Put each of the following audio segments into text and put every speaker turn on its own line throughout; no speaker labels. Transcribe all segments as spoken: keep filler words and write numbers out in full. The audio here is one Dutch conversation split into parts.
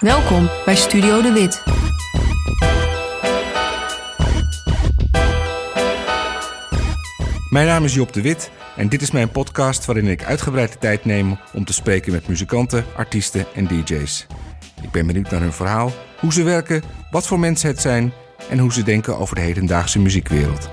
Welkom bij Studio De Wit.
Mijn naam is Job De Wit en dit is mijn podcast waarin ik uitgebreid de tijd neem om te spreken met muzikanten, artiesten en D J's. Ik ben benieuwd naar hun verhaal, hoe ze werken, wat voor mensen het zijn en hoe ze denken over de hedendaagse muziekwereld.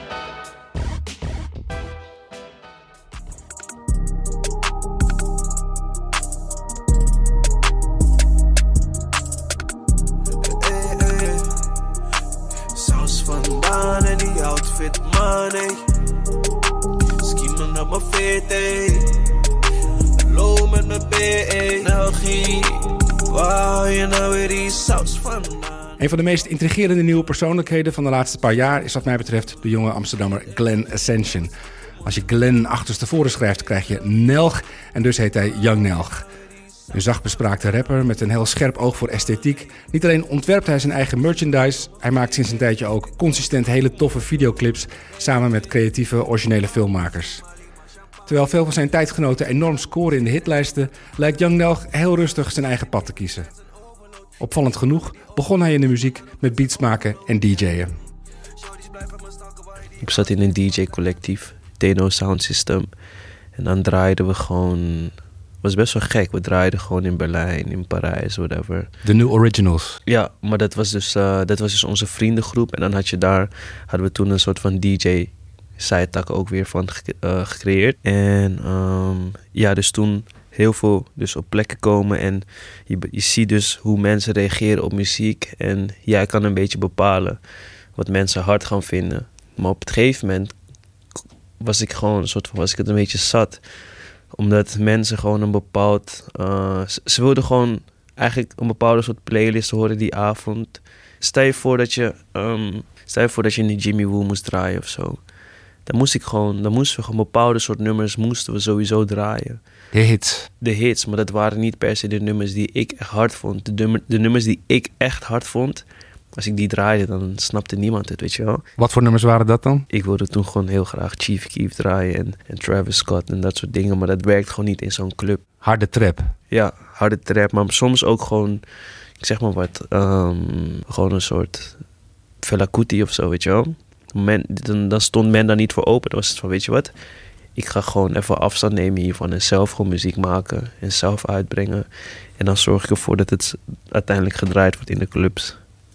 Een van de meest intrigerende nieuwe persoonlijkheden van de laatste paar jaar is wat mij betreft de jonge Amsterdammer Glenn Ascension. Als je Glenn achterstevoren schrijft, krijg je Nelg en dus heet hij Young Nelg. Een zachtbespraakte rapper met een heel scherp oog voor esthetiek. Niet alleen ontwerpt hij zijn eigen merchandise, hij maakt sinds een tijdje ook consistent hele toffe videoclips samen met creatieve, originele filmmakers. Terwijl veel van zijn tijdgenoten enorm scoren in de hitlijsten, lijkt Young Nelg heel rustig zijn eigen pad te kiezen. Opvallend genoeg begon hij in de muziek met beats maken en D J'en.
Ik zat in een D J-collectief, Teno Sound System. En dan draaiden we gewoon... Het was best wel gek. We draaiden gewoon in Berlijn, in Parijs, whatever.
De New Originals.
Ja, maar dat was, dus, uh, dat was dus onze vriendengroep. En dan had je daar, hadden we toen een soort van D J-zijtak ook weer van ge- uh, gecreëerd. En um, ja, dus toen... heel veel dus op plekken komen en je, je ziet dus hoe mensen reageren op muziek en jij kan een beetje bepalen wat mensen hard gaan vinden. Maar op het gegeven moment was ik gewoon een soort van, was ik het een beetje zat, omdat mensen gewoon een bepaald, uh, ze, ze wilden gewoon eigenlijk een bepaalde soort playlist horen die avond. Stel je voor dat je, um, stel je voor dat je in Jimmy Woo moest draaien of zo. Dan moest ik gewoon, dan moesten we gewoon bepaalde soort nummers moesten we sowieso draaien.
De hits.
De hits, maar dat waren niet per se de nummers die ik echt hard vond. De, nummer, de nummers die ik echt hard vond, als ik die draaide, dan snapte niemand het, weet je wel.
Wat voor nummers waren dat dan?
Ik wilde toen gewoon heel graag Chief Keef draaien en, en Travis Scott en dat soort dingen, maar dat werkt gewoon niet in zo'n club.
Harde trap.
Ja, harde trap, maar soms ook gewoon, ik zeg maar wat, um, gewoon een soort Fela Kuti of zo, weet je wel. Men, dan, dan stond men daar niet voor open. Dan was het van, weet je wat, ik ga gewoon even afstand nemen hiervan en zelf gewoon muziek maken en zelf uitbrengen. En dan zorg ik ervoor dat het uiteindelijk gedraaid wordt in de clubs.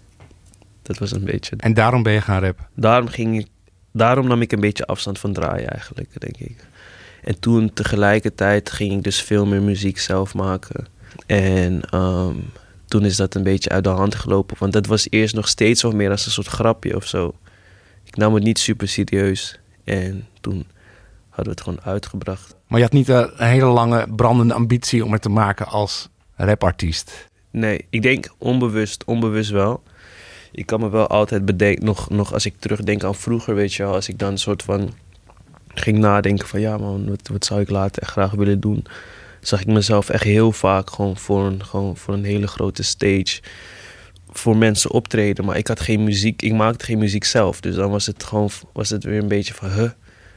Dat was een beetje...
En daarom ben je gaan rappen?
Daarom, ging ik, daarom nam ik een beetje afstand van draaien eigenlijk, denk ik. En toen tegelijkertijd ging ik dus veel meer muziek zelf maken. En um, toen is dat een beetje uit de hand gelopen. Want dat was eerst nog steeds wat meer als een soort grapje of zo. Ik nam het niet super serieus. En toen hadden we het gewoon uitgebracht.
Maar je had niet een hele lange brandende ambitie om het te maken als rapartiest?
Nee, ik denk onbewust, onbewust wel. Ik kan me wel altijd bedenken, nog, nog als ik terugdenk aan vroeger, weet je wel, als ik dan een soort van ging nadenken van ja man, wat, wat zou ik later echt graag willen doen, zag ik mezelf echt heel vaak gewoon voor een, gewoon voor een hele grote stage voor mensen optreden. Maar ik had geen muziek, ik maakte geen muziek zelf. Dus dan was het gewoon, was het weer een beetje van, huh,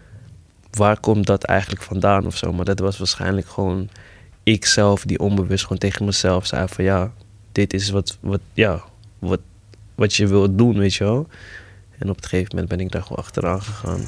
waar komt dat eigenlijk vandaan of zo? Maar dat was waarschijnlijk gewoon ik zelf die onbewust gewoon tegen mezelf zei van ja, dit is wat, wat, ja, wat, wat je wilt doen, weet je wel. En op het gegeven moment ben ik daar gewoon achteraan gegaan.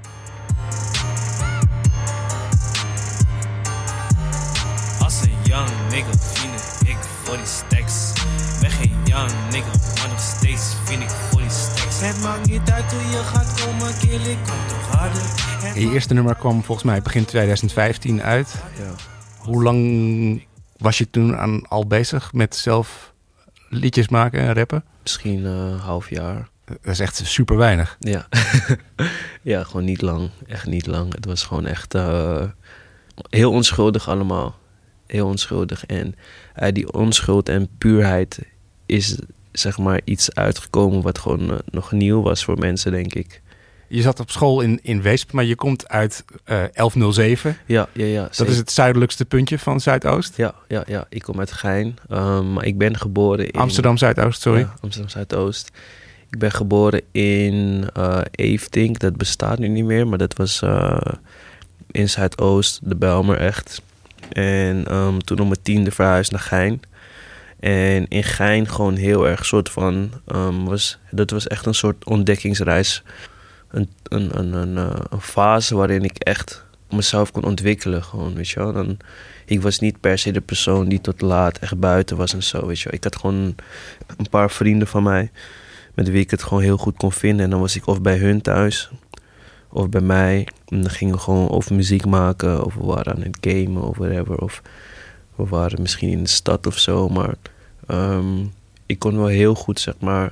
Als een young nigga vind ik voor die stacks. Ben geen young nigga, maar nog steeds vind ik voor die stacks. Het maakt niet uit hoe je gaat komen, kill, ik kom toch harder.
Je eerste nummer kwam volgens mij begin twintig vijftien uit.
Ja.
Hoe lang was je toen aan, al bezig met zelf liedjes maken en rappen?
Misschien een uh, half jaar.
Dat is echt super weinig.
Ja. Ja, gewoon niet lang. Echt niet lang. Het was gewoon echt uh, heel onschuldig allemaal. Heel onschuldig. En uit uh, die onschuld en puurheid is zeg maar iets uitgekomen wat gewoon uh, nog nieuw was voor mensen, denk ik.
Je zat op school in, in Weesp, maar je komt uit uh, elf nul zeven.
Ja, ja, ja.
Dat
zeker.
is het zuidelijkste puntje van Zuidoost?
Ja, ja, ja. Ik kom uit Gein. Um, maar ik ben geboren in...
Amsterdam Zuidoost, sorry.
Ja, Amsterdam Zuidoost. Ik ben geboren in uh, Eefdink. Dat bestaat nu niet meer, maar dat was uh, in Zuidoost, de Bijlmer echt. En um, toen om mijn tiende verhuisd naar Gein. En in Gein gewoon heel erg soort van... Um, was, dat was echt een soort ontdekkingsreis. Een, een, een, een, uh, een fase waarin ik echt mezelf kon ontwikkelen. Gewoon, weet je wel. Dan, ik was niet per se de persoon die tot laat echt buiten was en zo, weet je wel. Ik had gewoon een paar vrienden van mij... met wie ik het gewoon heel goed kon vinden. En dan was ik of bij hun thuis... of bij mij. En dan gingen we gewoon of muziek maken... of we waren aan het gamen of whatever. Of we waren misschien in de stad of zo. Maar um, ik kon wel heel goed, zeg maar...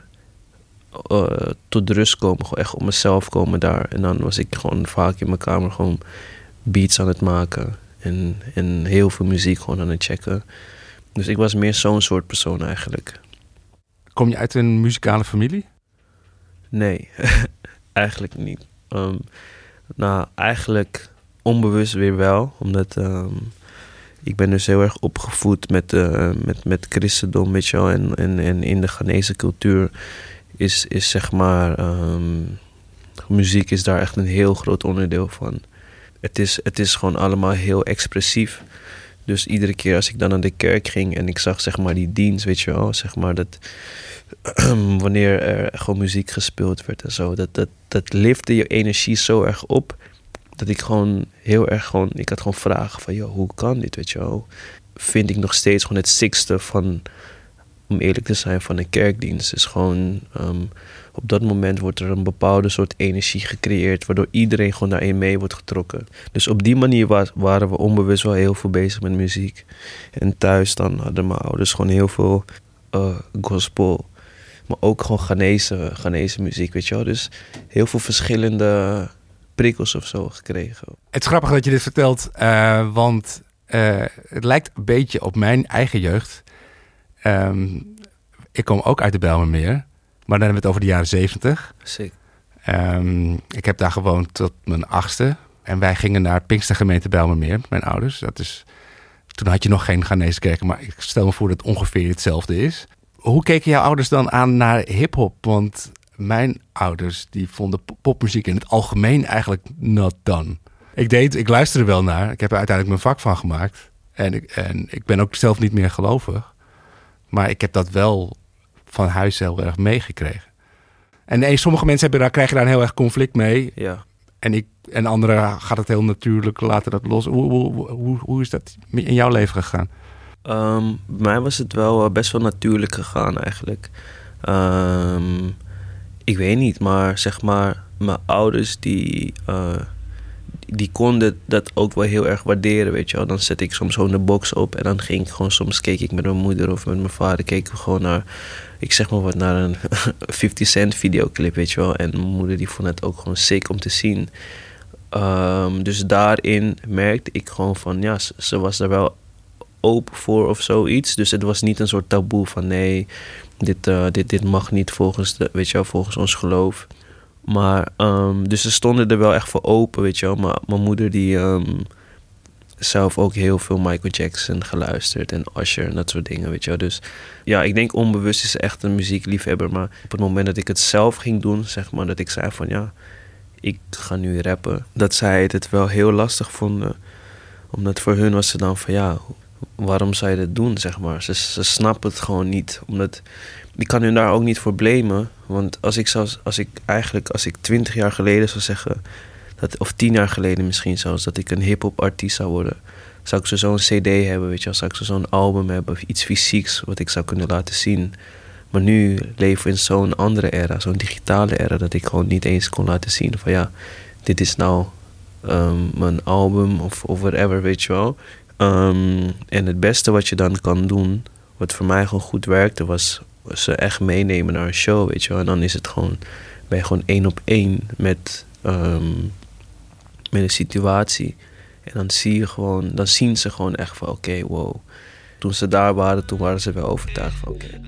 Uh, tot rust komen. Gewoon echt op mezelf komen daar. En dan was ik gewoon vaak in mijn kamer... gewoon beats aan het maken. En, en heel veel muziek gewoon aan het checken. Dus ik was meer zo'n soort persoon eigenlijk.
Kom je uit een muzikale familie?
Nee, eigenlijk niet. Um, nou, eigenlijk onbewust weer wel. Omdat um, ik ben dus heel erg opgevoed met, uh, met, met christendom, weet je wel. En, en, en in de Ghanese cultuur is, is zeg maar... Um, muziek is daar echt een heel groot onderdeel van. Het is, het is gewoon allemaal heel expressief. Dus iedere keer als ik dan naar de kerk ging en ik zag zeg maar die dienst, weet je wel, zeg maar dat wanneer er gewoon muziek gespeeld werd en zo, dat, dat, dat lifte je energie zo erg op, dat ik gewoon heel erg gewoon, ik had gewoon vragen van, joh, hoe kan dit, weet je wel? Vind ik nog steeds gewoon het sixte van, om eerlijk te zijn, van een kerkdienst. Is gewoon, um, op dat moment wordt er een bepaalde soort energie gecreëerd, waardoor iedereen gewoon daarin mee wordt getrokken. Dus op die manier was, waren we onbewust wel heel veel bezig met muziek. En thuis dan hadden mijn ouders gewoon heel veel uh, gospel, maar ook gewoon Ghanese, Ghanese muziek, weet je wel. Dus heel veel verschillende prikkels of zo gekregen.
Het is grappig dat je dit vertelt, uh, want uh, het lijkt een beetje op mijn eigen jeugd. Um, ik kom ook uit de Bijlmermeer, maar dan hebben we het over de jaren zeventig.
Sick.
Um, ik heb daar gewoond tot mijn achtste. En wij gingen naar Pinkstergemeente Bijlmermeer, mijn ouders. Dat is, toen had je nog geen Ghanese kerken, maar ik stel me voor dat het ongeveer hetzelfde is. Hoe keken jouw ouders dan aan naar hiphop? Want mijn ouders die vonden popmuziek in het algemeen eigenlijk not done. Ik deed, ik luisterde wel naar. Ik heb er uiteindelijk mijn vak van gemaakt. En ik, en ik ben ook zelf niet meer gelovig. Maar ik heb dat wel van huis heel erg meegekregen. En nee, sommige mensen hebben daar, krijgen daar een heel erg conflict mee.
Ja.
En, ik, en anderen gaat het heel natuurlijk, laten dat los. Hoe, hoe, hoe, hoe is dat in jouw leven gegaan?
Um, bij mij was het wel uh, best wel natuurlijk gegaan eigenlijk. Um, ik weet niet, maar zeg maar, mijn ouders die... Uh, die konden dat ook wel heel erg waarderen, weet je wel. Dan zet ik soms gewoon de box op en dan ging ik gewoon, soms keek ik met mijn moeder of met mijn vader, keken we gewoon naar, ik zeg maar wat, naar een fifty cent videoclip, weet je wel. En mijn moeder die vond het ook gewoon sick om te zien. Um, dus daarin merkte ik gewoon van, ja, ze, ze was er wel open voor of zoiets. Dus het was niet een soort taboe van, nee, dit, uh, dit, dit mag niet volgens, de, weet je wel, volgens ons geloof. Maar, um, dus ze stonden er wel echt voor open, weet je wel. Maar mijn moeder die um, zelf ook heel veel Michael Jackson geluisterd en Usher en dat soort dingen, weet je wel. Dus ja, ik denk onbewust is ze echt een muziekliefhebber. Maar op het moment dat ik het zelf ging doen, zeg maar, dat ik zei van ja, ik ga nu rappen. Dat zij het wel heel lastig vonden. Omdat voor hun was ze dan van ja, waarom zou je dat doen, zeg maar. Ze, ze snappen het gewoon niet, omdat... Ik kan hun daar ook niet voor blamen. Want als ik, zelfs, als ik eigenlijk, als ik twintig jaar geleden zou zeggen, dat, of tien jaar geleden misschien zelfs, dat ik een hip-hop artiest zou worden, zou ik zo'n cd hebben, weet je wel, zou ik zo'n album hebben of iets fysieks wat ik zou kunnen laten zien. Maar nu leven we in zo'n andere era, zo'n digitale era, dat ik gewoon niet eens kon laten zien van ja, dit is nou um, mijn album of, of whatever, weet je wel. Um, en het beste wat je dan kan doen, wat voor mij gewoon goed werkte, was ze echt meenemen naar een show, weet je wel. En dan is het gewoon, ben je gewoon één op één met, um, met een situatie. En dan zie je gewoon, dan zien ze gewoon echt van oké, okay, wow. Toen ze daar waren, toen waren ze wel overtuigd van oké. Okay.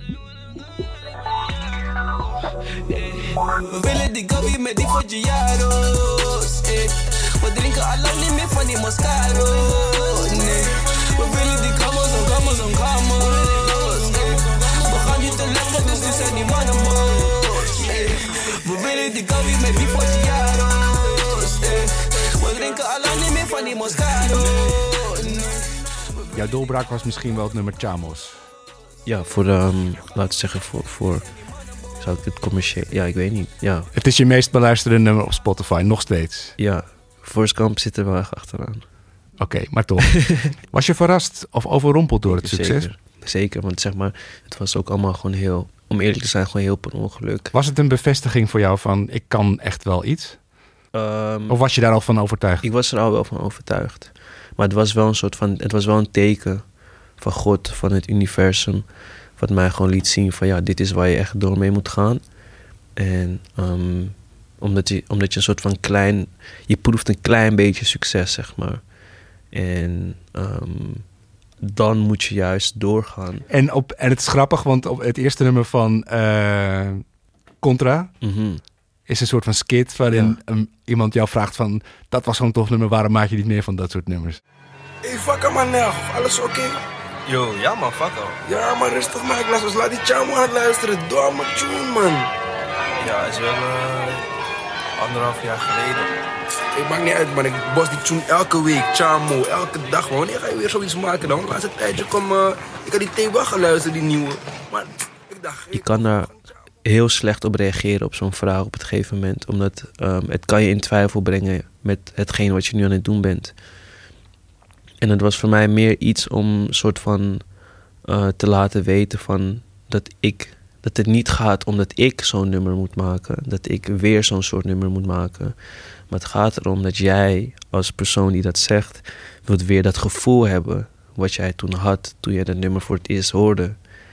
We willen die gabi met die Foggiaros, eh. We drinken al lang niet meer van die Moscato, nee. We willen die gamos en gamos en gamos. Dus nu zijn die mannen moos. We willen die gabi met die Foggiaros. We drinken al lang niet meer van die Moscato.
Jouw doorbraak was misschien wel het nummer Chamos.
Ja, voor, um, laten we zeggen, voor, voor... Zou ik het commercieel... Ja, ik weet niet. Ja.
Het is je meest beluisterde nummer op Spotify, nog steeds.
Ja, Forrest Gump zit er wel echt achteraan.
Oké, okay, maar toch. Was je verrast of overrompeld door het succes?
Zeker, zeker, want zeg maar, het was ook allemaal gewoon heel... Om eerlijk te zijn, gewoon heel per ongeluk.
Was het een bevestiging voor jou van, ik kan echt wel iets?
Um,
of was je daar al van overtuigd?
Ik was er al wel van overtuigd. Maar het was wel een soort van... Het was wel een teken van God, van het universum... Wat mij gewoon liet zien van, ja, dit is waar je echt door mee moet gaan. En um, omdat, je, omdat je een soort van klein... Je proeft een klein beetje succes, zeg maar. En um, dan moet je juist doorgaan.
En, op, en het is grappig, want op het eerste nummer van uh, Contra...
Mm-hmm.
is een soort van skit waarin ja. um, iemand jou vraagt van... dat was zo'n tof nummer, waarom maak je niet meer van dat soort nummers?
Hey, fuck man, alles oké? Okay?
Yo, ja man, fuck al.
Ja, maar rustig man, ik laat ons laat die Chamo aan het luisteren. Doe maar tune, man.
Ja, is wel uh, anderhalf jaar geleden.
Ik maakt niet uit, man. Ik bos die tune elke week, Chamo, elke dag, man. Wanneer ga je weer zoiets maken dan? Laatste tijdje kom, uh, ik had die thee wel geluisterd, die nieuwe. Maar ik dacht...
Je kan daar heel slecht op reageren op zo'n vraag op het gegeven moment. Omdat um, het kan je in twijfel brengen met hetgeen wat je nu aan het doen bent. En het was voor mij meer iets om soort van uh, te laten weten van dat ik dat het niet gaat omdat ik zo'n nummer moet maken, dat ik weer zo'n soort nummer moet maken. Maar het gaat erom dat jij als persoon die dat zegt, wilt weer dat gevoel hebben wat jij toen had, toen jij dat nummer voor het eerst hoorde.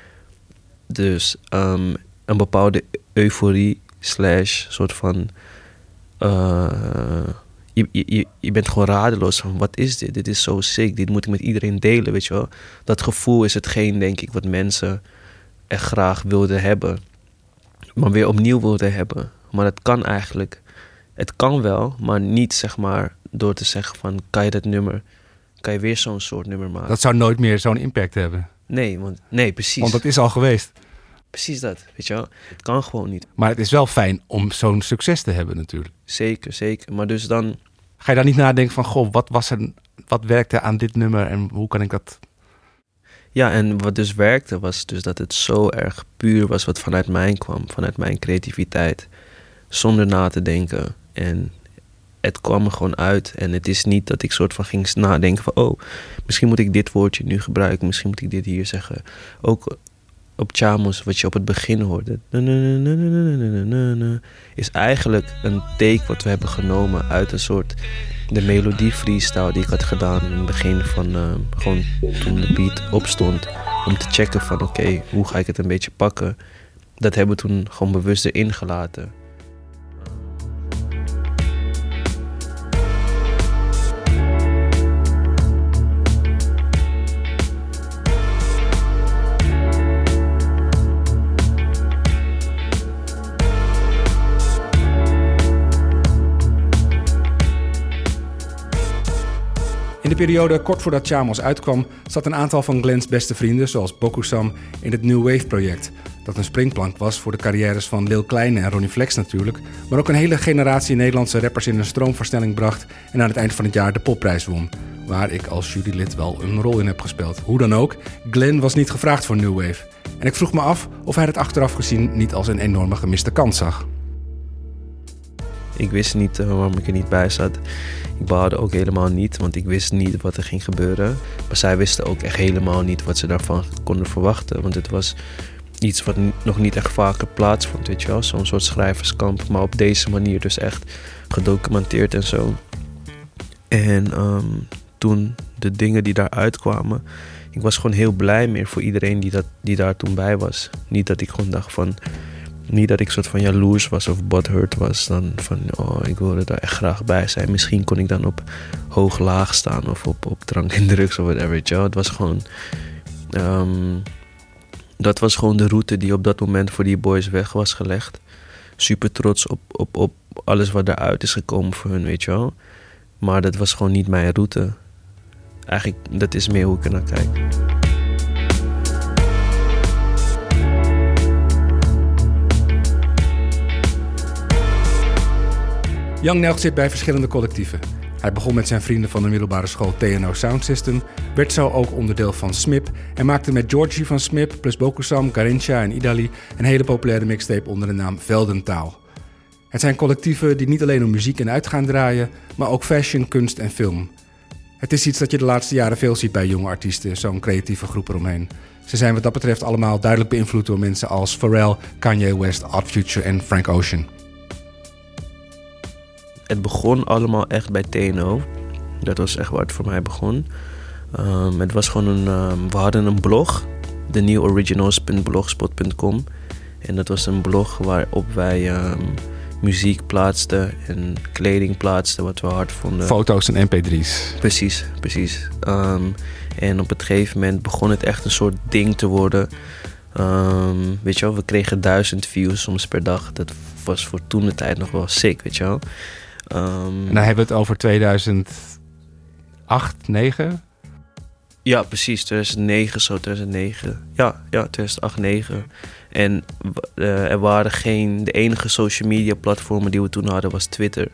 Dus um, een bepaalde euforie slash soort van uh, Je, je, je bent gewoon radeloos van, wat is dit? Dit is zo sick, dit moet ik met iedereen delen, weet je wel. Dat gevoel is hetgeen, denk ik, wat mensen echt graag wilden hebben. Maar weer opnieuw wilden hebben. Maar het kan eigenlijk, het kan wel, maar niet, zeg maar, door te zeggen van, kan je dat nummer, kan je weer zo'n soort nummer maken.
Dat zou nooit meer zo'n impact hebben.
Nee, want, nee, precies.
Want dat is al geweest.
Precies dat, weet je wel. Het kan gewoon niet.
Maar het is wel fijn om zo'n succes te hebben natuurlijk.
Zeker, zeker. Maar dus dan...
Ga je dan niet nadenken van, goh, wat was er, wat werkte aan dit nummer en hoe kan ik dat...
Ja, en wat dus werkte was dus dat het zo erg puur was wat vanuit mij kwam. Vanuit mijn creativiteit. Zonder na te denken. En het kwam er gewoon uit. En het is niet dat ik soort van ging nadenken van, oh, misschien moet ik dit woordje nu gebruiken. Misschien moet ik dit hier zeggen. Ook op Chamos, wat je op het begin hoorde, is eigenlijk een take wat we hebben genomen uit een soort de melodie freestyle die ik had gedaan in het begin van uh, gewoon toen de beat opstond, om te checken van oké, okay, hoe ga ik het een beetje pakken. Dat hebben we toen gewoon bewust erin gelaten.
In de periode kort voordat Chamos uitkwam, zat een aantal van Glenn's beste vrienden, zoals Bokusam, in het New Wave project. Dat een springplank was voor de carrières van Lil Kleine en Ronnie Flex natuurlijk, maar ook een hele generatie Nederlandse rappers in een stroomversnelling bracht en aan het eind van het jaar de popprijs won. Waar ik als jurylid wel een rol in heb gespeeld. Hoe dan ook, Glenn was niet gevraagd voor New Wave. En ik vroeg me af of hij het achteraf gezien niet als een enorme gemiste kans zag.
Ik wist niet uh, waarom ik er niet bij zat. Ik baalde ook helemaal niet, want ik wist niet wat er ging gebeuren. Maar zij wisten ook echt helemaal niet wat ze daarvan konden verwachten. Want het was iets wat n- nog niet echt vaker plaatsvond, weet je wel. Zo'n soort schrijverskamp, maar op deze manier dus echt gedocumenteerd en zo. En um, toen de dingen die daaruit kwamen, ik was gewoon heel blij meer voor iedereen die, dat, die daar toen bij was. Niet dat ik gewoon dacht van... Niet dat ik soort van jaloers was of butthurt was. Dan van, oh, ik wilde daar echt graag bij zijn. Misschien kon ik dan op hoog-laag staan of op, op drank en drugs of whatever. Weet je wel. Het was gewoon... Um, dat was gewoon de route die op dat moment voor die boys weg was gelegd. Super trots op, op, op alles wat eruit is gekomen voor hun, weet je wel. Maar dat was gewoon niet mijn route. Eigenlijk, dat is meer hoe ik er naar kijk.
Young Nelk zit bij verschillende collectieven. Hij begon met zijn vrienden van de middelbare school T N O Sound System, werd zo ook onderdeel van S M I P en maakte met Georgie van S M I P plus Bokusam, Garincha en Idali een hele populaire mixtape onder de naam Veldentaal. Het zijn collectieven die niet alleen om muziek en uitgaan draaien, maar ook fashion, kunst en film. Het is iets dat je de laatste jaren veel ziet bij jonge artiesten, zo'n creatieve groep eromheen. Ze zijn wat dat betreft allemaal duidelijk beïnvloed door mensen als Pharrell, Kanye West, Odd Future en Frank Ocean.
Het begon allemaal echt bij T N O. Dat was echt waar het voor mij begon. Um, het was gewoon een... Um, we hadden een blog, the new originals dot blogspot dot com. En dat was een blog waarop wij um, muziek plaatsten en kleding plaatsten wat we hard vonden.
Foto's en M P drie's.
Precies, precies. Um, en op het gegeven moment begon het echt een soort ding te worden. Um, weet je wel, we kregen duizend views soms per dag. Dat was voor toen de tijd nog wel sick, weet je wel. Um,
en dan hebben we het over tweeduizend acht, negen?
Ja, precies. tweeduizend negen, zo tweeduizend negen. Ja, ja tweeduizend acht, negen. En uh, er waren geen... De enige social media platformen die we toen hadden was Twitter.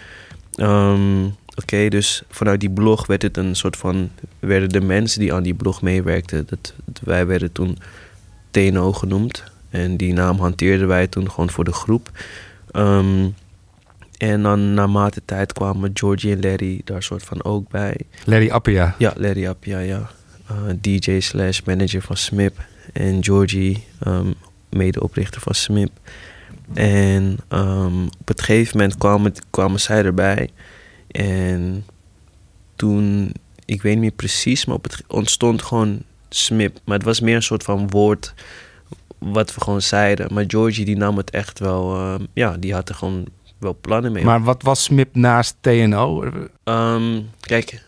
Um, Oké, okay, dus vanuit die blog werd het een soort van... Werden de mensen die aan die blog meewerkten... Dat, dat wij werden toen T N O genoemd. En die naam hanteerden wij toen gewoon voor de groep. Um, En dan naarmate tijd kwamen Georgie en Larry daar soort van ook bij.
Larry Appia.
Ja, Larry Appia, ja. Uh, D J slash manager van S M I P. En Georgie, um, medeoprichter van S M I P. En um, op het gegeven moment kwamen, kwamen zij erbij. En toen, ik weet niet meer precies, maar op het ontstond gewoon S M I P. Maar het was meer een soort van woord wat we gewoon zeiden. Maar Georgie die nam het echt wel, uh, ja, die had er gewoon... wel plannen mee.
Maar wat was S M I P naast T N O?
Um, kijk,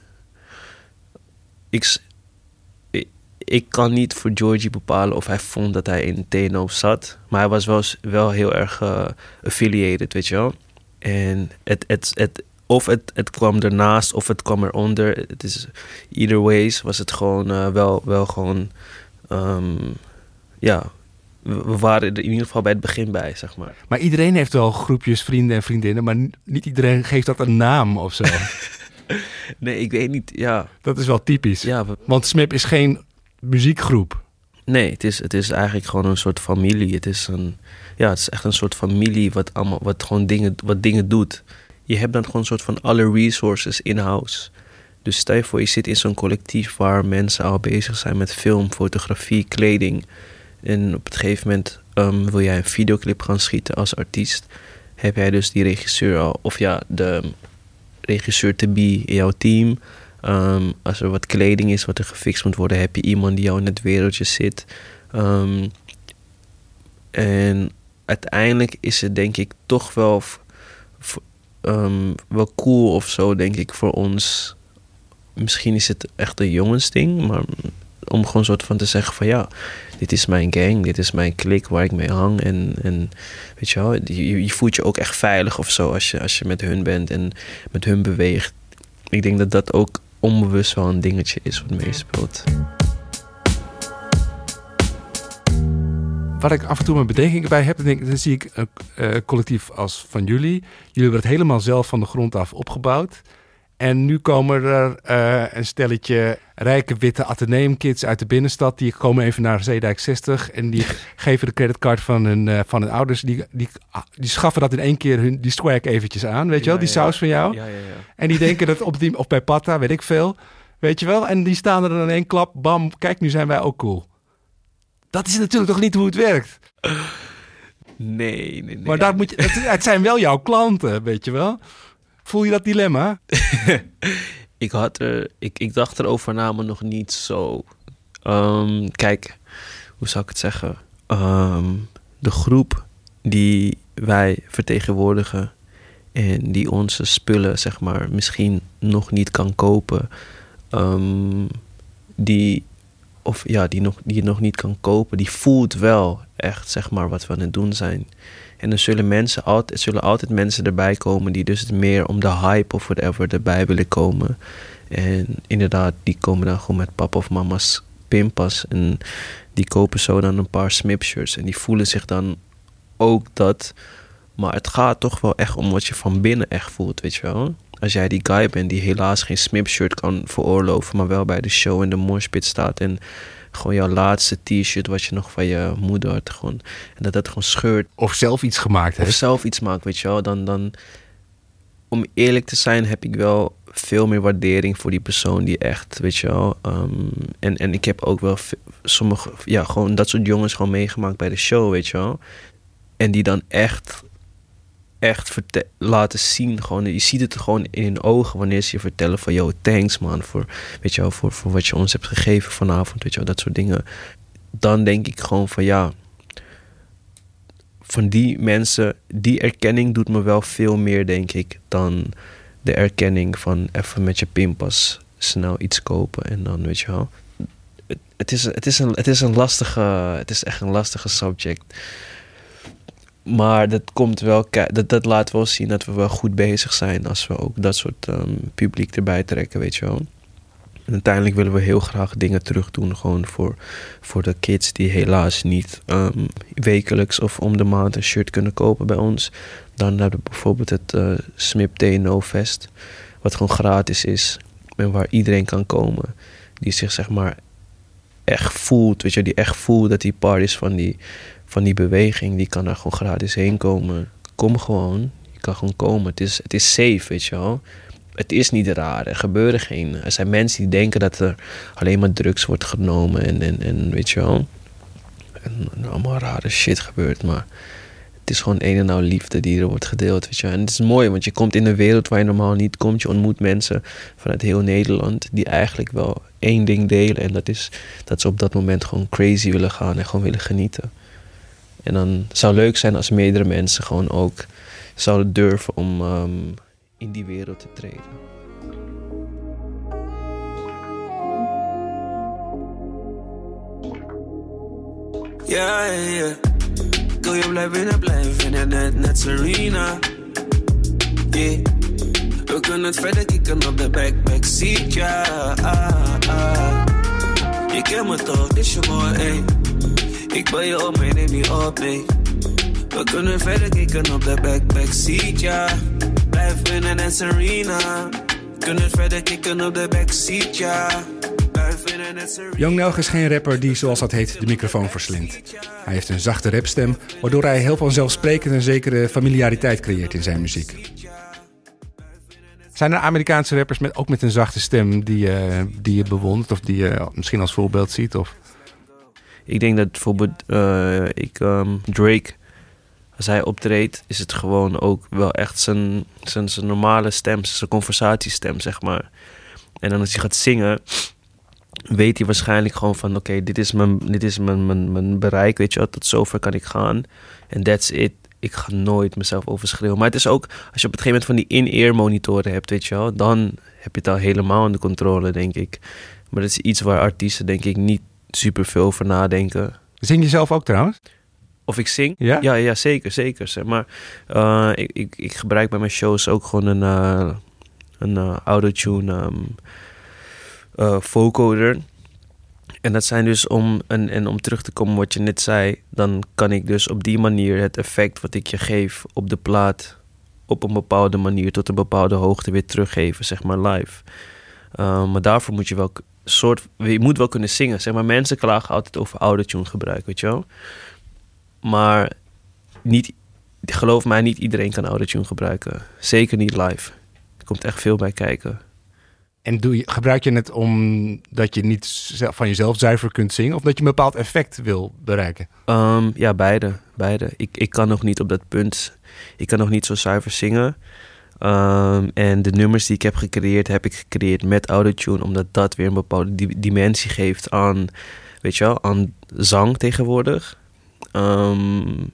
ik, ik, ik kan niet voor Georgie bepalen of hij vond dat hij in T N O zat. Maar hij was wel, wel heel erg uh, affiliated, weet je wel. En het, het, het, of het, het kwam ernaast of het kwam eronder. Het is, either ways was het gewoon uh, wel, wel gewoon... Um, ja... We waren er in ieder geval bij het begin bij, zeg maar.
Maar iedereen heeft wel groepjes vrienden en vriendinnen... maar niet iedereen geeft dat een naam of zo.
Nee, ik weet niet, ja.
Dat is wel typisch.
Ja, we...
Want S M I P is geen muziekgroep.
Nee, het is, het is eigenlijk gewoon een soort familie. Het is, een, ja, het is echt een soort familie wat, allemaal, wat gewoon dingen, wat dingen doet. Je hebt dan gewoon een soort van alle resources in-house. Dus stel je voor, je zit in zo'n collectief... waar mensen al bezig zijn met film, fotografie, kleding... En op het gegeven moment um, wil jij een videoclip gaan schieten als artiest. Heb jij dus die regisseur al, of ja, de regisseur to be in jouw team. Um, als er wat kleding is wat er gefixt moet worden, heb je iemand die jou in het wereldje zit. Um, en uiteindelijk is het denk ik toch wel, f- um, wel cool of zo, denk ik, voor ons. Misschien is het echt een jongensding, maar... om gewoon soort van te zeggen van ja, dit is mijn gang, dit is mijn klik waar ik mee hang. En, en weet je wel, je, je voelt je ook echt veilig of zo als je, als je met hun bent en met hun beweegt. Ik denk dat dat ook onbewust wel een dingetje is wat meespeelt.
Wat ik af en toe mijn bedenkingen bij heb, dan, denk, dan zie ik een uh, collectief als van jullie. Jullie hebben het helemaal zelf van de grond af opgebouwd. En nu komen er uh, een stelletje rijke witte Atheneum-kids uit de binnenstad. Die komen even naar Zeedijk zestig en die geven de creditcard van hun, uh, van hun ouders. Die, die, die schaffen dat in één keer hun, die swag eventjes aan, weet je wel? Die ja, saus van jou.
Ja, ja, ja.
En die denken dat op die, of bij Patta, weet ik veel. Weet je wel? En die staan er dan in één klap. Bam, kijk, nu zijn wij ook cool. Dat is natuurlijk toch niet hoe het werkt?
Nee, nee, nee.
Maar daar moet je, het, het zijn wel jouw klanten, weet je wel? Voel je dat dilemma?
ik, had er, ik, ik dacht erover na, maar nog niet zo. Um, kijk, hoe zou ik het zeggen? Um, de groep die wij vertegenwoordigen en die onze spullen, zeg maar, misschien nog niet kan kopen. Um, die, of ja, die nog, die nog niet kan kopen, die voelt wel echt, zeg maar, wat we aan het doen zijn. En er zullen, mensen altijd, zullen altijd mensen erbij komen die dus meer om de hype of whatever erbij willen komen. En inderdaad, die komen dan gewoon met papa of mama's pinpas. En die kopen zo dan een paar S M I P-shirts. En die voelen zich dan ook dat. Maar het gaat toch wel echt om wat je van binnen echt voelt, weet je wel. als jij die guy bent die helaas geen Smip-shirt kan veroorloven, maar wel bij de show in de moshpit staat en gewoon jouw laatste t-shirt wat je nog van je moeder had gewoon, en dat dat gewoon scheurt.
Of zelf iets gemaakt heeft.
Of zelf iets maakt, weet je wel. Dan, dan, om eerlijk te zijn heb ik wel veel meer waardering voor die persoon die echt, weet je wel. Um, en, en ik heb ook wel v- sommige, ja, gewoon dat soort jongens gewoon meegemaakt bij de show, weet je wel. En die dan echt, echt verte- laten zien, gewoon, je ziet het gewoon in hun ogen wanneer ze je vertellen van, yo, thanks man, voor, weet je wel, voor, voor wat je ons hebt gegeven vanavond, weet je wel, dat soort dingen. Dan denk ik gewoon van, ja, van die mensen, die erkenning doet me wel veel meer, denk ik, dan de erkenning van even met je pinpas snel iets kopen en dan, weet je wel. Het, het, is, het, is, een, het is een lastige, het is echt een lastige subject. Maar dat komt wel, dat, dat laat wel zien dat we wel goed bezig zijn als we ook dat soort um, publiek erbij trekken, weet je wel. En uiteindelijk willen we heel graag dingen terug doen, gewoon voor, voor de kids die helaas niet um, wekelijks of om de maand een shirt kunnen kopen bij ons. Dan hebben we bijvoorbeeld het uh, Smip T N O Fest, wat gewoon gratis is en waar iedereen kan komen. Die zich zeg maar echt voelt, weet je, die echt voelt dat die part is van die, van die beweging, die kan daar gewoon gratis heen komen. Kom gewoon, je kan gewoon komen. Het is, het is safe, weet je wel. Het is niet raar, er gebeuren geen... Er zijn mensen die denken dat er alleen maar drugs wordt genomen en, en, en weet je wel. En, en allemaal rare shit gebeurt, maar het is gewoon een en al liefde die er wordt gedeeld, weet je wel. En het is mooi, want je komt in een wereld waar je normaal niet komt. Je ontmoet mensen vanuit heel Nederland die eigenlijk wel één ding delen. En dat is dat ze op dat moment gewoon crazy willen gaan en gewoon willen genieten. En dan zou het leuk zijn als meerdere mensen gewoon ook zouden durven om um, in die wereld te treden.
Ja, ja, ja. Ik wil je blijven en blijven en net, net Serena. Yeah. We kunnen het verder kicken op de back, back seat, ja. Ah, ah. Je kent me toch, dit is je mooi, ey. Ik ben je op, en neem niet op, nee. We kunnen verder kicken op de back, back seat, ja. Blijf binnen en Serena. We kunnen verder kicken op de back seat, ja.
Young Nelg is geen rapper die, zoals dat heet, de microfoon verslindt. Hij heeft een zachte rapstem, waardoor hij heel vanzelfsprekend een zekere familiariteit creëert in zijn muziek. Zijn er Amerikaanse rappers met, ook met een zachte stem die, uh, die je bewondert of die je misschien als voorbeeld ziet? Of?
Ik denk dat bijvoorbeeld uh, ik, um, Drake, als hij optreedt, is het gewoon ook wel echt zijn, zijn, zijn normale stem, zijn conversatiestem, zeg maar. En dan als hij gaat zingen, weet hij waarschijnlijk gewoon van, oké, okay, dit is, mijn, dit is mijn, mijn, mijn bereik, weet je wel, tot zover kan ik gaan. En that's it. Ik ga nooit mezelf overschreeuwen. Maar het is ook, als je op het gegeven moment van die in-ear monitoren hebt, weet je wel, dan heb je het al helemaal onder controle, denk ik. Maar dat is iets waar artiesten, denk ik, niet super veel over nadenken.
Zing je zelf ook trouwens?
Of ik zing?
Ja,
ja, ja zeker, zeker. Zeg maar uh, ik, ik, ik gebruik bij mijn shows ook gewoon een, uh, een uh, autotune um, uh, vocoder. En dat zijn dus om, en, en om terug te komen wat je net zei, dan kan ik dus op die manier het effect wat ik je geef op de plaat op een bepaalde manier tot een bepaalde hoogte weer teruggeven, zeg maar live. Uh, maar daarvoor moet je wel soort, je moet wel kunnen zingen. Zeg maar, mensen klagen altijd over autotune gebruik, weet je wel. Maar niet, geloof mij, niet iedereen kan autotune gebruiken. Zeker niet live. Er komt echt veel bij kijken.
En doe je, gebruik je het omdat je niet zelf, van jezelf zuiver kunt zingen, of dat je een bepaald effect wil bereiken?
Um, ja, beide. beide. Ik, ik kan nog niet op dat punt. Ik kan nog niet zo zuiver zingen. Um, en de nummers die ik heb gecreëerd, heb ik gecreëerd met autotune, omdat dat weer een bepaalde di- dimensie geeft aan, weet je wel, aan zang tegenwoordig. Um,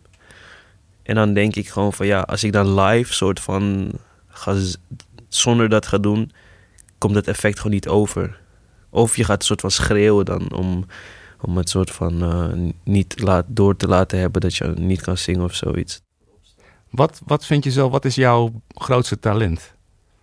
en dan denk ik gewoon van, ja, als ik dan live soort van ga z- zonder dat ga doen, komt het effect gewoon niet over. Of je gaat een soort van schreeuwen dan om, om het soort van uh, niet laat, door te laten hebben dat je niet kan zingen of zoiets.
Wat, wat vind je zelf, wat is jouw grootste talent?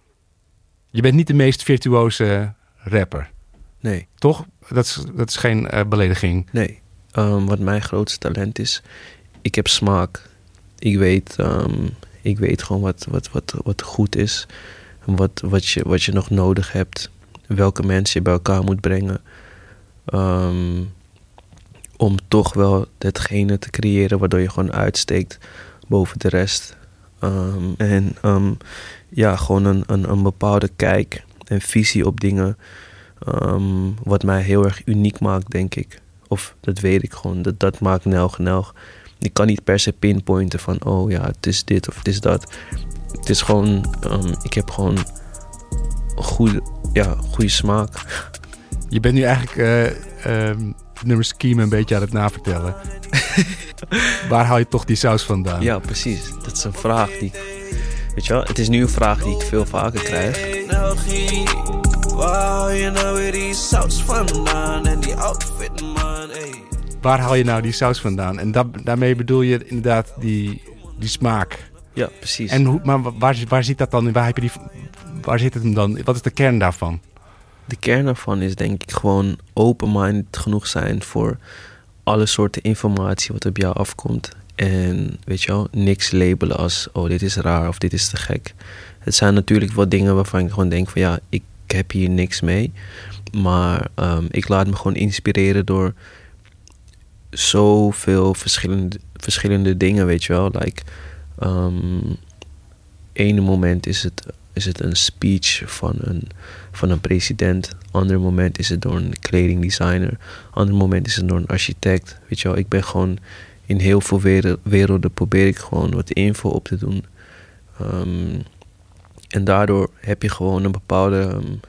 Je bent niet de meest virtuoze rapper.
Nee.
Toch? Dat is, dat is geen uh, belediging.
Nee. Um, wat mijn grootste talent is, ik heb smaak. Ik weet, um, ik weet gewoon wat, wat, wat, wat goed is. wat, wat, je, wat je nog nodig hebt. Welke mensen je bij elkaar moet brengen. Um, om toch wel hetgene te creëren waardoor je gewoon uitsteekt boven de rest. Um, en um, ja, gewoon een, een, een bepaalde kijk en visie op dingen. Um, wat mij heel erg uniek maakt, denk ik. Of dat weet ik gewoon. Dat, dat maakt Nelg Nelg. Ik kan niet per se pinpointen van, oh ja, het is dit of het is dat. Het is gewoon, um, ik heb gewoon goede, ja, goede smaak.
Je bent nu eigenlijk uh, um, het nummer Scheme een beetje aan het navertellen. Waar haal je toch die saus vandaan?
Ja, precies. Dat is een vraag die ik... Weet je wel, het is nu een vraag die ik veel vaker krijg. Waar haal je nou weer die saus vandaan en die outfit, man? Hey.
Waar haal je nou die saus vandaan? En da- daarmee bedoel je inderdaad die, die smaak.
Ja, precies.
En hoe, maar waar, waar zit dat dan? Waar, heb je die, waar zit het hem dan? Wat is de kern daarvan?
De kern daarvan is denk ik gewoon open-minded genoeg zijn voor alle soorten informatie wat op jou afkomt. En weet je wel, niks labelen als, oh, dit is raar of dit is te gek. Het zijn natuurlijk wel dingen waarvan ik gewoon denk van, ja, ik heb hier niks mee. Maar um, ik laat me gewoon inspireren door zoveel verschillende, verschillende dingen, weet je wel. Like, um, ene moment is het, is het een speech van een, van een president. Ander moment is het door een kledingdesigner. Ander moment is het door een architect. Weet je wel, ik ben gewoon in heel veel wereld, werelden probeer ik gewoon wat info op te doen. Um, en daardoor heb je gewoon een bepaalde... Um,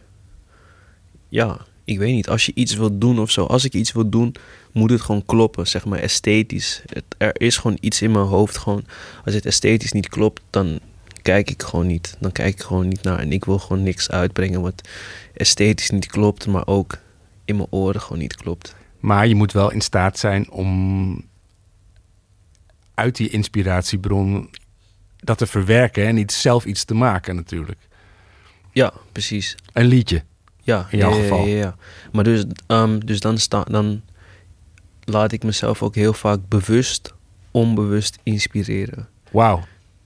ja, ik weet niet. Als je iets wilt doen of zo. Als ik iets wil doen, moet het gewoon kloppen. Zeg maar esthetisch. Het, er is gewoon iets in mijn hoofd. Gewoon, als het esthetisch niet klopt, dan kijk ik gewoon niet. Dan kijk ik gewoon niet naar. En ik wil gewoon niks uitbrengen wat esthetisch niet klopt. Maar ook in mijn oren gewoon niet klopt.
Maar je moet wel in staat zijn om uit die inspiratiebron dat te verwerken en niet zelf iets te maken natuurlijk.
Ja, precies.
Een liedje.
Ja,
in jouw
ja,
geval.
Ja, ja, ja. Maar dus, um, dus dan, sta, dan laat ik mezelf ook heel vaak bewust, onbewust inspireren.
Wauw.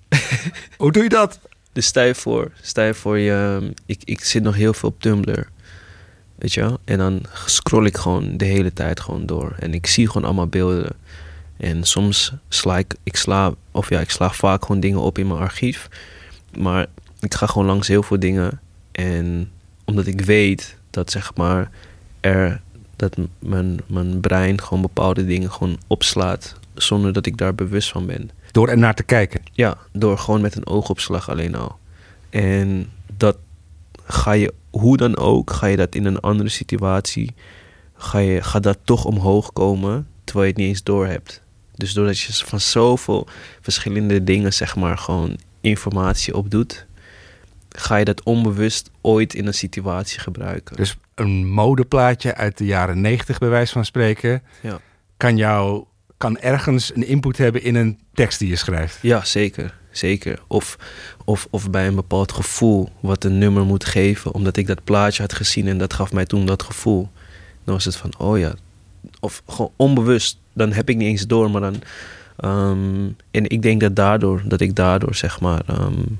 Hoe doe je dat?
Dus stel je voor, stel je voor je, ik, ik zit nog heel veel op Tumblr. Weet je wel? En dan scroll ik gewoon de hele tijd gewoon door. En ik zie gewoon allemaal beelden. En soms sla ik, ik sla, of ja, ik sla vaak gewoon dingen op in mijn archief. Maar ik ga gewoon langs heel veel dingen. En omdat ik weet dat zeg maar er, dat mijn, mijn brein gewoon bepaalde dingen gewoon opslaat. Zonder dat ik daar bewust van ben.
Door er naar te kijken?
Ja, door gewoon met een oogopslag alleen al. En dat ga je, hoe dan ook, ga je dat in een andere situatie, ga je, gaat dat toch omhoog komen, terwijl je het niet eens door hebt. Dus doordat je van zoveel verschillende dingen, zeg maar, gewoon informatie opdoet, ga je dat onbewust ooit in een situatie gebruiken.
Dus een modeplaatje uit de jaren negentig, bij wijze van spreken,
ja.
kan, jou, kan ergens een input hebben in een tekst die je schrijft.
Ja, zeker. Zeker. Of, of, of bij een bepaald gevoel wat een nummer moet geven, omdat ik dat plaatje had gezien en dat gaf mij toen dat gevoel. Dan was het van, oh ja, of gewoon onbewust. Dan heb ik niet eens door, maar dan... Um, en ik denk dat daardoor, dat ik daardoor, zeg maar, um,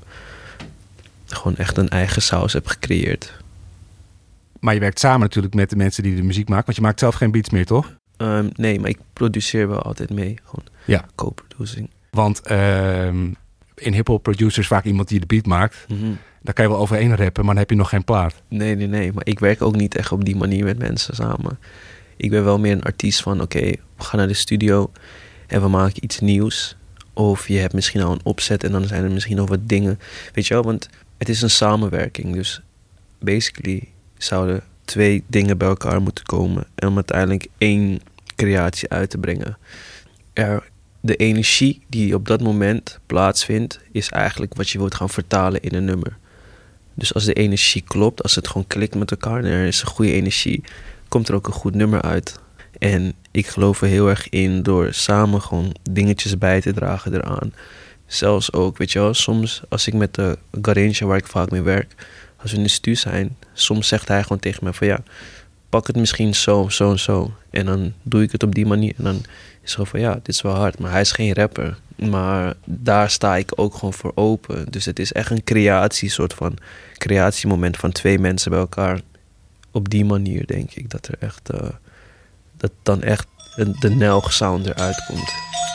gewoon echt een eigen saus heb gecreëerd.
Maar je werkt samen natuurlijk met de mensen die de muziek maken, want je maakt zelf geen beats meer, toch?
Um, nee, maar ik produceer wel altijd mee. Gewoon
ja.
co-producing.
Want um, in hiphop producers vaak iemand die de beat maakt.
Mm-hmm.
Daar kan je wel overheen rappen, maar dan heb je nog geen plaat.
Nee, nee, nee. Maar ik werk ook niet echt op die manier met mensen samen. Ik ben wel meer een artiest van, oké, okay, we gaan naar de studio en we maken iets nieuws. Of je hebt misschien al een opzet en dan zijn er misschien nog wat dingen. Weet je wel, want het is een samenwerking. Dus basically zouden twee dingen bij elkaar moeten komen om uiteindelijk één creatie uit te brengen. Er, de energie die op dat moment plaatsvindt, is eigenlijk wat je wilt gaan vertalen in een nummer. Dus als de energie klopt, als het gewoon klikt met elkaar en er is een goede energie, komt er ook een goed nummer uit. En ik geloof er heel erg in door samen gewoon dingetjes bij te dragen eraan. Zelfs ook, weet je wel, soms als ik met de Garincha, waar ik vaak mee werk, als we in de stu zijn, soms zegt hij gewoon tegen mij van ja, pak het misschien zo, zo en zo. En dan doe ik het op die manier. En dan is het gewoon van, ja, dit is wel hard. Maar hij is geen rapper. Maar daar sta ik ook gewoon voor open. Dus het is echt een creatie, soort van creatiemoment van twee mensen bij elkaar. Op die manier denk ik dat er echt, uh, dat dan echt een, de Nelg sound eruit komt.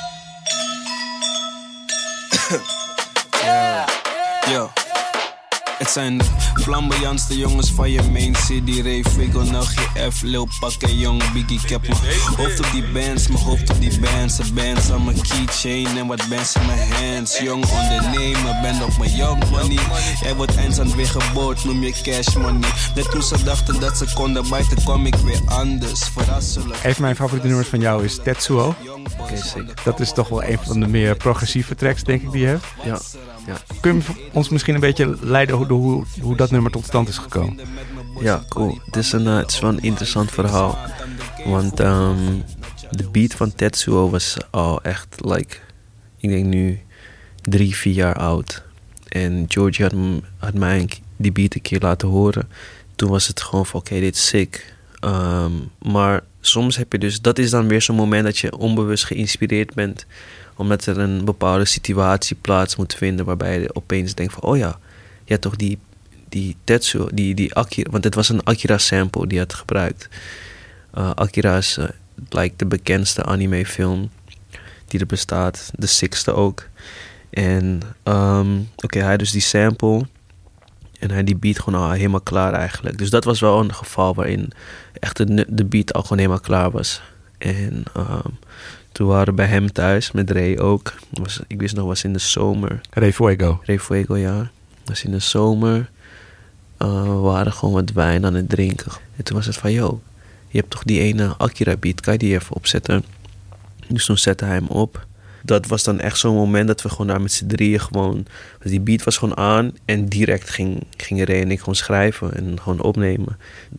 Yo. Het zijn de flamboyantste jongens van je main city. Ray Figo, N G F, Lil Pakke, Young Biggie. Ik heb mijn hoofd op die bands, mijn hoofd op die bands. De bands aan mijn keychain en wat bands in mijn hands. Jong ondernemer, ben op mijn young money. Jij wordt eindstand weer geboord, noem je cash money. Net toen ze dachten dat ze konden bijten, kwam ik weer anders. Verrasselijk.
Een van mijn favoriete nummers van jou is Tetsuo.
Oké, sick.
Dat is toch wel een van de meer progressieve tracks, denk ik, die je hebt.
Ja, ja.
Kun je ons misschien een beetje leiden hoe, hoe, hoe dat nummer tot stand is gekomen?
Ja, cool. Het is, een, uh, het is wel een interessant verhaal. Want um, de beat van Tetsuo was al echt, like, ik denk nu drie, vier jaar oud. En Georgie had, m- had mij die beat een keer laten horen. Toen was het gewoon van, oké, okay, dit is sick. Um, maar soms heb je dus, dat is dan weer zo'n moment dat je onbewust geïnspireerd bent. Omdat er een bepaalde situatie plaats moet vinden waarbij je opeens denkt van, oh ja, je had toch die, die Tetsuo, die, die Akira, want het was een Akira sample die had gebruikt. Uh, Akira is uh, like de bekendste anime film die er bestaat, de sixte ook. En um, oké, okay, hij had dus die sample en hij die beat gewoon al helemaal klaar eigenlijk. Dus dat was wel een geval waarin echt de, de beat al gewoon helemaal klaar was. En um, toen waren we bij hem thuis, met Ray ook. Was, ik wist nog, was in de zomer.
Ray Fuego.
Ray Fuego, ja. Was in de zomer. Uh, we waren gewoon wat wijn aan het drinken. En toen was het van, yo, je hebt toch die ene Akira beat, kan je die even opzetten? Dus toen zette hij hem op. Dat was dan echt zo'n moment dat we gewoon daar met z'n drieën gewoon... Dus die beat was gewoon aan en direct ging, gingen Ray en ik gewoon schrijven en gewoon opnemen.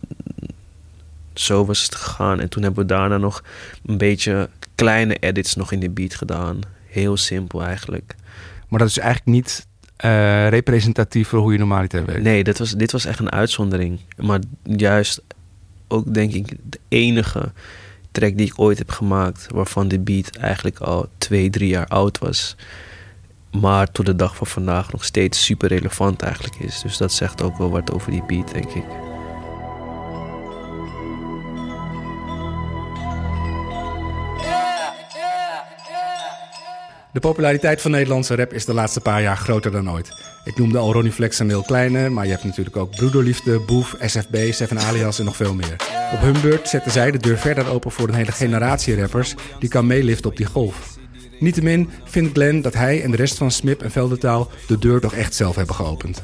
Zo was het gegaan. En toen hebben we daarna nog een beetje kleine edits nog in de beat gedaan. Heel simpel eigenlijk.
Maar dat is eigenlijk niet uh, representatief voor hoe je normaliter werkt.
Nee, dit was, dit was echt een uitzondering. Maar juist ook denk ik de enige track die ik ooit heb gemaakt... waarvan de beat eigenlijk al twee, drie jaar oud was. Maar tot de dag van vandaag nog steeds super relevant eigenlijk is. Dus dat zegt ook wel wat over die beat, denk ik.
De populariteit van Nederlandse rap is de laatste paar jaar groter dan ooit. Ik noemde al Ronnie Flex en Lil Kleine, maar je hebt natuurlijk ook Broederliefde, Boef, S F B, Seven Alias en nog veel meer. Op hun beurt zetten zij de deur verder open voor een hele generatie rappers die kan meeliften op die golf. Niettemin vindt Glenn dat hij en de rest van Smip en Veldentaal de deur toch echt zelf hebben geopend.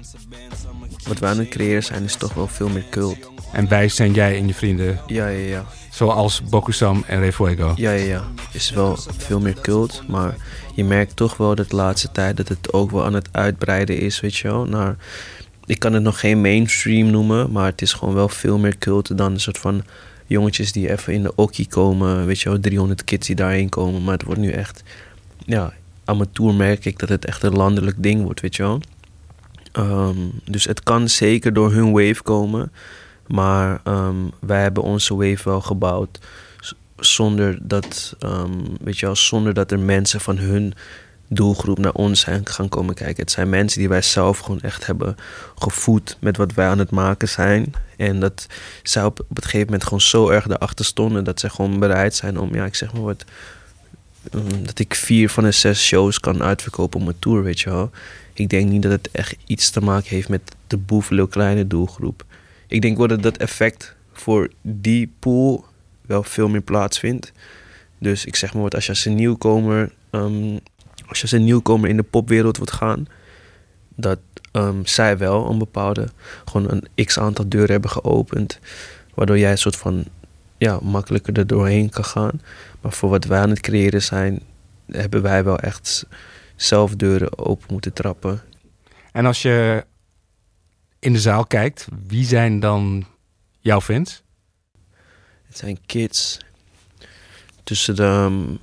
Wat wij aan het creëren zijn is toch wel veel meer cult.
En wij zijn jij en je vrienden,
Ja, ja, ja.
zoals Bokusam en Ray Fuego.
Ja, ja, ja. Is wel veel meer cult, maar je merkt toch wel dat de laatste tijd dat het ook wel aan het uitbreiden is, weet je wel. Naar, ik kan het nog geen mainstream noemen, maar het is gewoon wel veel meer cult dan een soort van jongetjes die even in de okkie komen, weet je wel, driehonderd kids die daarheen komen. Maar het wordt nu echt, ja, aan mijn tour merk ik dat het echt een landelijk ding wordt, weet je wel. Um, dus het kan zeker door hun wave komen. Maar um, wij hebben onze wave wel gebouwd z- zonder dat, um, weet je wel, zonder dat er mensen van hun doelgroep naar ons zijn gaan komen kijken. Het zijn mensen die wij zelf gewoon echt hebben gevoed met wat wij aan het maken zijn. En dat zij op, op het gegeven moment gewoon zo erg erachter stonden dat ze gewoon bereid zijn om, ja, ik zeg maar wat, um, dat ik vier van de zes shows kan uitverkopen op mijn tour, weet je wel. Ik denk niet dat het echt iets te maken heeft met de Boef, Lil Kleine doelgroep. Ik denk wel dat dat effect voor die pool wel veel meer plaatsvindt. Dus ik zeg maar wat, als je als een nieuwkomer, um, als je als een nieuwkomer in de popwereld wilt gaan, dat um, zij wel een bepaalde, gewoon een x-aantal deuren hebben geopend, waardoor jij een soort van, ja, makkelijker er doorheen kan gaan. Maar voor wat wij aan het creëren zijn, hebben wij wel echt zelf deuren open moeten trappen.
En als je in de zaal kijkt, wie zijn dan jouw fans?
Het zijn kids tussen de um,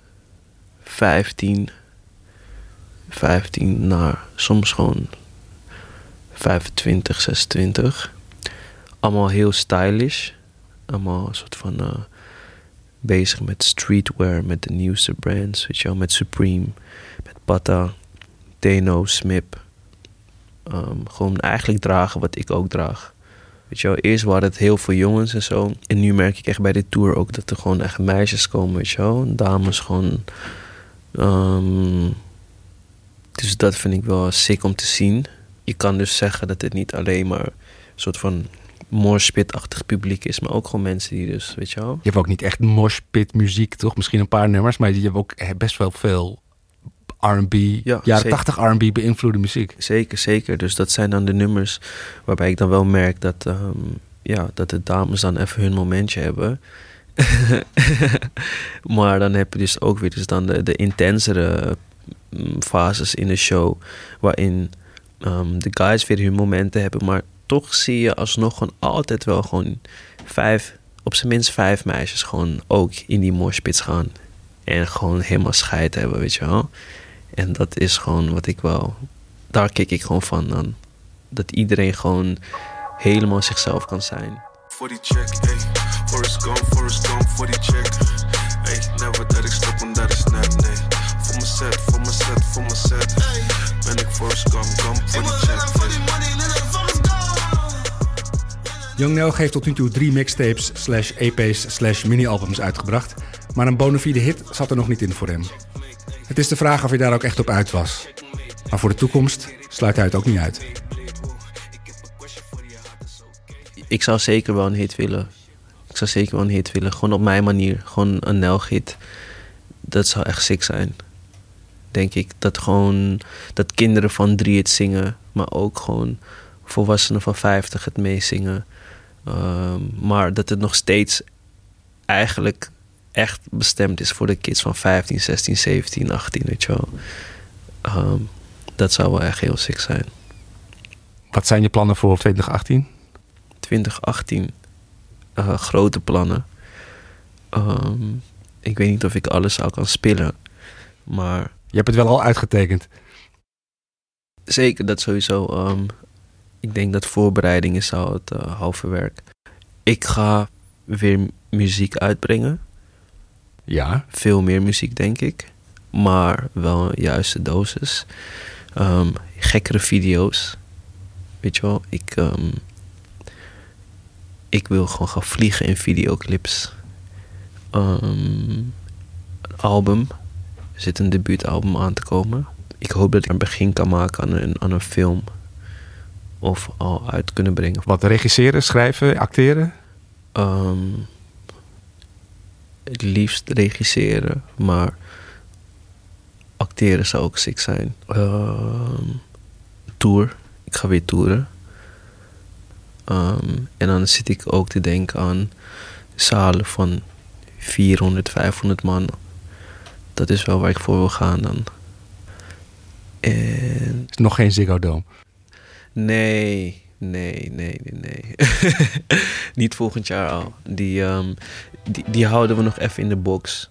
vijftien, vijftien naar soms gewoon vijfentwintig, zesentwintig. Allemaal heel stylish. allemaal een soort van uh, bezig met streetwear, met de nieuwste brands, weet je wel, met Supreme, met Pata, Teno, Smip. Um, gewoon eigenlijk dragen wat ik ook draag. Weet je wel, eerst waren het heel veel jongens en zo. En nu merk ik echt bij de tour ook dat er gewoon echt meisjes komen, weet je wel. Dames gewoon. Um, dus dat vind ik wel sick om te zien. Je kan dus zeggen dat het niet alleen maar een soort van moshpit-achtig publiek is, maar ook gewoon mensen die dus, weet je wel.
Je hebt ook niet echt moshpit muziek, toch? Misschien een paar nummers, maar je hebt ook best wel veel R en B,
ja,
jaren tachtig R en B beïnvloede muziek.
Zeker, zeker. Dus dat zijn dan de nummers waarbij ik dan wel merk dat, um, ja, dat de dames dan even hun momentje hebben. Maar dan heb je dus ook weer dus dan de, de intensere um, fases in de show, waarin um, de guys weer hun momenten hebben, maar toch zie je alsnog gewoon altijd wel gewoon vijf, op zijn minst vijf meisjes gewoon ook in die moshpits gaan. En gewoon helemaal scheid hebben, weet je wel. En dat is gewoon wat ik wel... Daar kijk ik gewoon van aan. Dat iedereen gewoon helemaal zichzelf kan zijn.
Voor die check, ey. Forrest Gump, Forrest Gump, voor die check. Ey, never dat ik stop, want dat is net, nee. Voor mijn set, voor mijn set, voor mijn set. Ben ik Forrest Gump, Gump, voor die check.
Young Nelg heeft tot nu toe drie mixtapes slash E P's slash mini-albums uitgebracht. Maar een bona fide hit zat er nog niet in voor hem. Het is de vraag of hij daar ook echt op uit was. Maar voor de toekomst sluit hij het ook niet uit.
Ik zou zeker wel een hit willen. Ik zou zeker wel een hit willen. Gewoon op mijn manier. Gewoon een Nelg-hit. Dat zou echt sick zijn. Denk ik. Dat gewoon... Dat kinderen van drie het zingen. Maar ook gewoon volwassenen van vijftig het meezingen. Um, maar dat het nog steeds eigenlijk echt bestemd is voor de kids van vijftien, zestien, zeventien, achttien, weet je wel. Um, dat zou wel echt heel sick zijn.
Wat zijn je plannen voor twintig achttien?
twintig achttien, uh, grote plannen. Um, ik weet niet of ik alles zou kan spelen, maar...
Je hebt het wel al uitgetekend.
Zeker, dat sowieso. Um, ik denk dat voorbereiding is al het uh, halve werk. Ik ga weer muziek uitbrengen.
Ja.
Veel meer muziek, denk ik. Maar wel een juiste dosis. Um, gekkere video's. Weet je wel, ik... Um, ik wil gewoon gaan vliegen in videoclips. Um, een album. Er zit een debuutalbum aan te komen. Ik hoop dat ik een begin kan maken aan een, aan een film. Of al uit kunnen brengen.
Wat, regisseren, schrijven, acteren?
Um, het liefst regisseren, maar acteren zou ook sick zijn. Um, tour. Ik ga weer toeren. Um, en dan zit ik ook te denken aan zalen van vierhonderd, vijfhonderd man. Dat is wel waar ik voor wil gaan dan. En...
Is nog geen Ziggo Dome?
Nee, nee, nee, nee, nee. Niet volgend jaar al. Die, um, die, die houden we nog even in de box.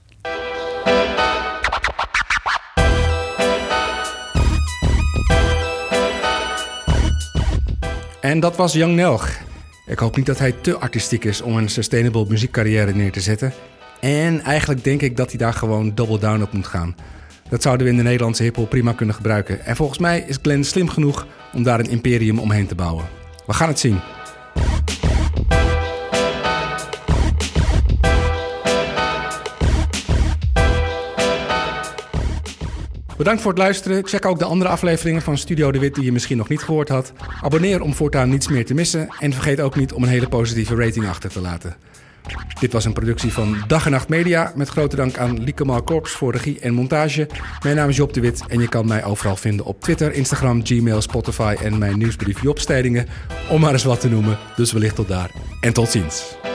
En dat was Young Nelg. Ik hoop niet dat hij te artistiek is om een sustainable muziekcarrière neer te zetten. En eigenlijk denk ik dat hij daar gewoon double down op moet gaan. Dat zouden we in de Nederlandse hiphop prima kunnen gebruiken. En volgens mij is Glenn slim genoeg om daar een imperium omheen te bouwen. We gaan het zien. Bedankt voor het luisteren. Check ook de andere afleveringen van Studio De Wit die je misschien nog niet gehoord had. Abonneer om voortaan niets meer te missen. En vergeet ook niet om een hele positieve rating achter te laten. Dit was een productie van Dag en Nacht Media. Met grote dank aan Lieke Korps voor regie en montage. Mijn naam is Job de Wit en je kan mij overal vinden op Twitter, Instagram, Gmail, Spotify en mijn nieuwsbrief Job Stijdingen. Om maar eens wat te noemen. Dus wellicht tot daar. En tot ziens.